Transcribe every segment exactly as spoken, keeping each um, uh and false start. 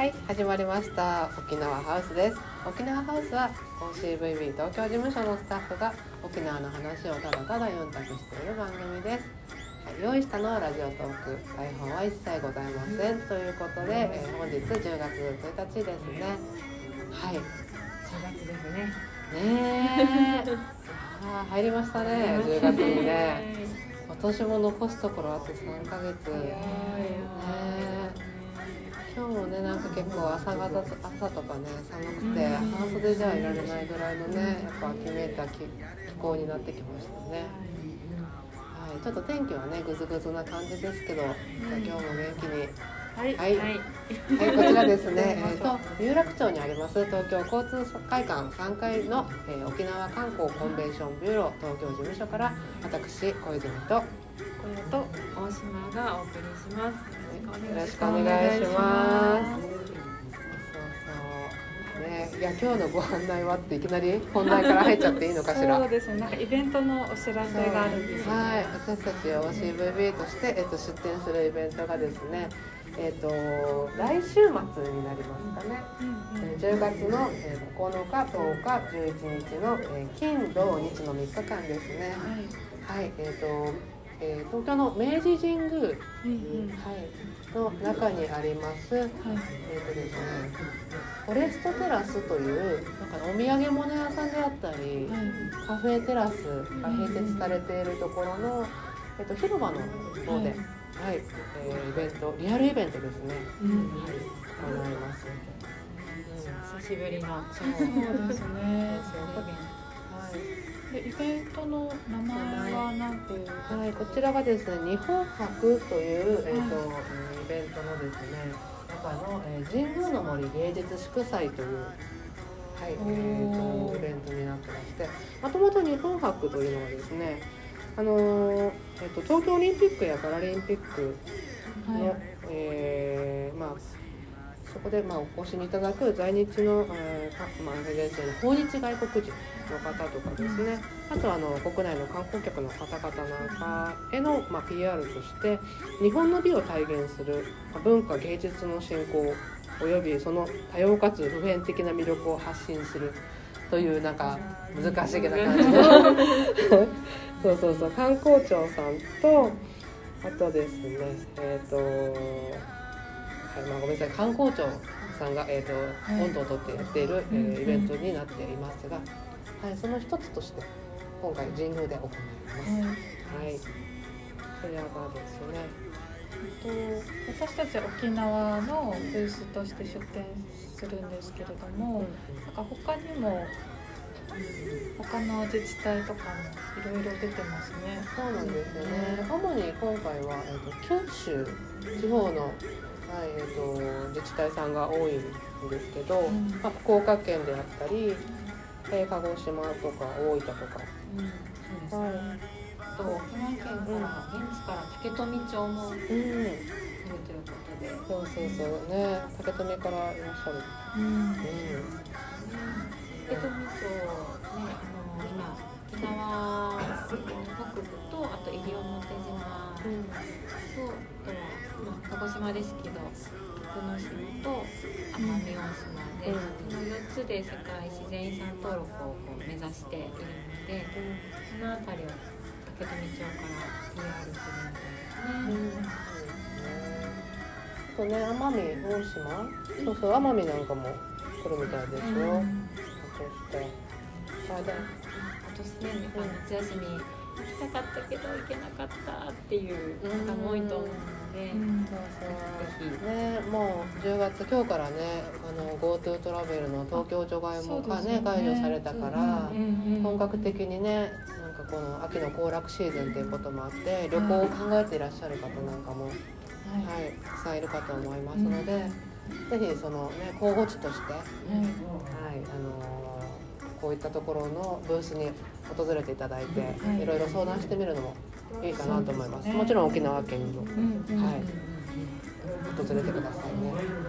はい、始まりました沖縄ハウスです。沖縄ハウスは オーシーブイビー 東京事務所のスタッフが沖縄の話をただただユンタクしている番組です。はい、用意したのはラジオトーク、台本は一切ございませんということで、えー、本日じゅうがつついたちですね。はい、じゅうがつですね。 ねえあ入りましたね、じゅうがつにね。今年も残すところあとさんかげつね。今日もね、なんか結構朝方と朝とかね寒くて半袖じゃいられないぐらいのね、やっぱ秋めいた 気, 気候になってきましたね。はい、ちょっと天気はねぐずぐずな感じですけど、今日も元気にはいはい、はいはい、こちらですね、えーと有楽町にあります東京交通会館さんかいの、えー、沖縄観光コンベンションビューロー東京事務所から私小泉とこれと大島がお送りします。 よろしくお願いします。そうそうね、いや今日のご案内はっていきなり本題から入っちゃっていいのかしら。 そうですね。なんかイベントのお知らせがあるんですよね。 はい、私たち オーシーブイビー として、えっと、出展するイベントがですね、えっと来週末になりますかね。うんうん、じゅうがつのここのか、とおか、じゅういちにちの金土日のみっかかんですね。はい、はい、えっと。えー、東京の明治神宮、うんうんはい、の中にあります、はいえーとですね、フォレストテラスというなんかお土産物屋さんであったり、はい、カフェテラスが併設されているところの、えー、と広場の方で、はいはいえー、イベントリアルイベントですね、うんはい、行います、 うん、久しぶりのそうですねイベントの名前は何ていう、 はい、こちらがですね日本博という、えーとはい、イベントのですね中の、えー、神宮の森芸術祝祭という、はいえー、とイベントになってまして、もともと日本博というのはですねあのーえー、と東京オリンピックやパラリンピックの、はいえーまあそこでまあお越しいただく在日の、えーまあ、レジデンシーの訪日外国人の方とかですね、あとはあの国内の観光客の方々なんかへの、まあ、ピーアール として日本の美を体現する文化芸術の振興およびその多様かつ普遍的な魅力を発信するというなんか難しげな感じのそうそうそう観光庁さんとあとですねえっ、ー、とはいまあ、ごめんなさい観光庁さんが、えーとはい、温度をとってやっている、えー、イベントになっていますが、はい、その一つとして今回神宮で行います、はいはい、それがですねと私たち沖縄のブースとして出展するんですけれども、うん、なんか他にも他の自治体とかもいろいろ出てますね。 そうなんですよね。主に今回は、えーと、九州地方のはいえー、と自治体さんが多いんですけど、うんまあ、福岡県であったり、えー、鹿児島とか大分とか、うんそうですねはい、と沖縄県から現地から竹富町も来るということで、うん、 そうそうそうね竹富からいらっしゃる、うんうん、 竹富町ねあの今沖縄北部とあと西表島と、うん鹿児島ですけど徳之島と奄美大島で、うん、このよっつで世界自然遺産登録をこう目指しているので、うん、この辺りを竹富町から ピーアール するみたいですね。 うん、あとね奄美大島そうそう奄美なんかも来るみたいですよ、うん、そして今年ね夏休み行きたかったけど行けなかったっていう方も多いと思うので、うんうん、そうそうね、もうじゅうがつ今日からねあの GoTo トラベルの東京除外もか、ね、解除されたから、うんうん、本格的にねなんかこの秋の行楽シーズンということもあって旅行を考えていらっしゃる方なんかも、はいはい、たくさんいるかと思いますので、うん、ぜひその、ね、候補地として、うんはいあのこういったところのブースに訪れていただいて、はい、いろいろ相談してみるのもいいかなと思います。もちろん沖縄県にも、うんはい、訪れてくださいね。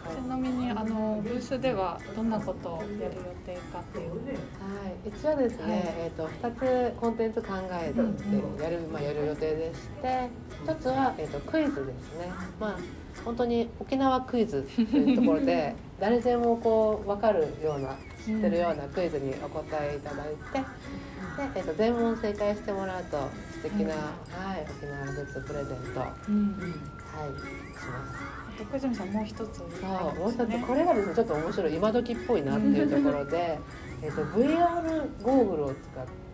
ちなみにあのブースではどんなことをやる予定かっていうのはい、一応ですね、 はいえー、とふたつコンテンツ考えてやる、まあ、やる予定でして、ひとつは、えー、とクイズですね。まあ本当に沖縄クイズというところで誰でもこう分かるような知ってるようなクイズにお答えいただいて、で、えー、と全問正解してもらうと素敵な、はい、沖縄グッズプレゼント、はい、 うんします。 小泉さんもう一つそうもう一つこれがですねちょっと面白い今時っぽいなっていうところでえと ブイアール ゴーグルを使って、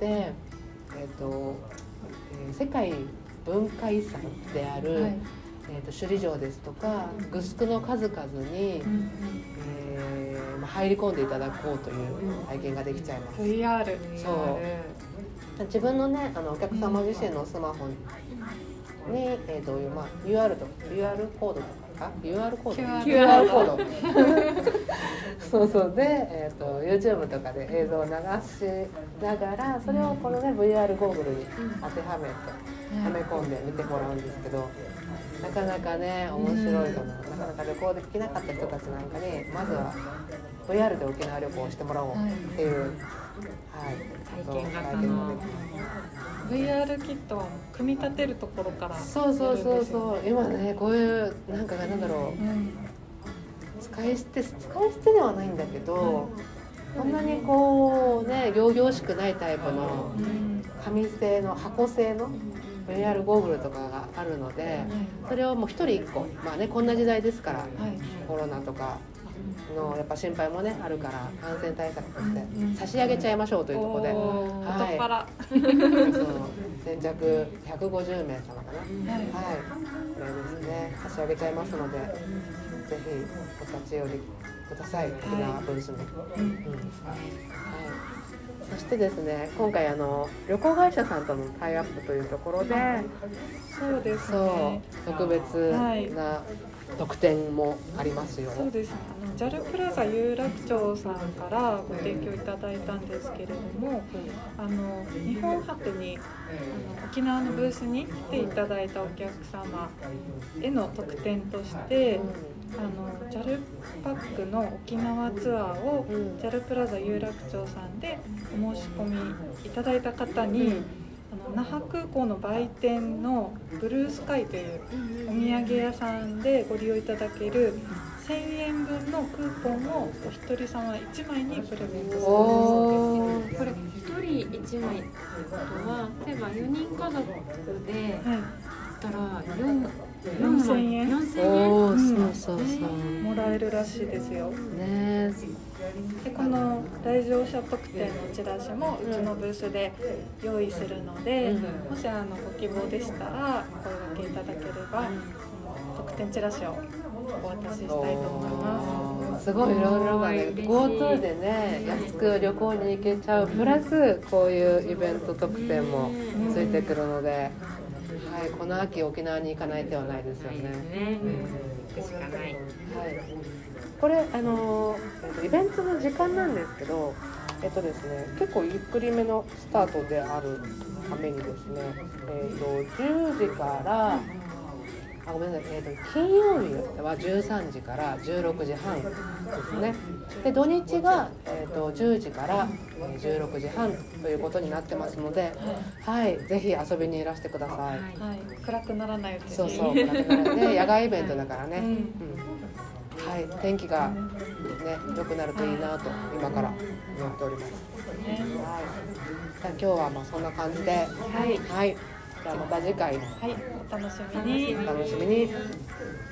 えーとえー、世界文化遺産である、はい、えー、と首里城ですとかグスクの数々に、うん、えーまあ、入り込んでいただこうという体験ができちゃいます。 ブイアールそう自分のねあのお客様自身のスマホに、えーとまあ、ユーアール と ユーアール コードとかあ ユーアール コード キューアール コードそうそうで、えーと、YouTube とかで映像を流しながらそれをこのね ブイアール ゴーグルに当てはめてはめ込んで見てもらうんですけど、なかなかね面白いかな、なかなか旅行できなかった人たちなんかにまずは ブイアール で沖縄旅行をしてもらおうっていう、はい、 体験型のブイアール キットは組み立てるところから、ね、 そうそうそうそう今ねこういうなんかなんだろう、うん、使い捨て使い捨てではないんだけど、うん、こんなにこうね仰々しくないタイプの紙製の箱製の ブイアール ゴーグルとかがあるので、それをもう一人一個まあねこんな時代ですから、はい、コロナとかのやっぱ心配もねあるから感染対策として差し上げちゃいましょうというところで、 はい、 そう先着ひゃくごじゅうめいさまかな、はい、はい、これですね差し上げちゃいますのでぜひお立ち寄りください、沖縄ブースに、はいうんうんはい、そしてですね今回あの旅行会社さんとのタイアップというところで、 そうですね、 そう特別な特典もありますよ。 そうですね、あの ジャル プラザ有楽町さんからご提供いただいたんですけれども、あの日本博にあの沖縄のブースに来ていただいたお客様への特典として、あの ジャル パックの沖縄ツアーを ジャル プラザ有楽町さんでお申し込みいただいた方に、あの那覇空港の売店のブルースカイというお土産屋さんでご利用いただけるせんえんぶんのクーポンをお一人様いちまいにプレゼントするそうです。 これひとりいちまいってことは例えばよにん家族でったらよんせんえんよんせんえん、 おー、そうそうそう、 もらえるらしいですよね。 でこの来場者特典のチラシもうちのブースで用意するので、うん、もしあのご希望でしたらお声掛けいただければ、うん、特典チラシをお渡ししたいと思います。 すごいいろいろなね GoTo でね安く旅行に行けちゃうプラスこういうイベント特典もついてくるので、はい、この秋沖縄に行かない手はないですよね。 ね、行くしかない。はい。 これあのイベントの時間なんですけど、えっとですね結構ゆっくりめのスタートであるためにですね、えっとじゅうじからあごめんなさい、えー、と金曜日はじゅうさんじからじゅうろくじはんですね。で土日が、えー、とじゅうじからじゅうろくじはんということになってますので、はい、ぜひ遊びにいらしてください。はい、 暗くならないうちに。 そうそう、暗くならない。野外イベントだからね。うんうん、はい、天気がね良くなるといいなと今から思っております。はい。じゃあ今日はまあそんな感じで、はい、はい。じゃあまた次回、はい、 お楽しみに。 お楽しみに。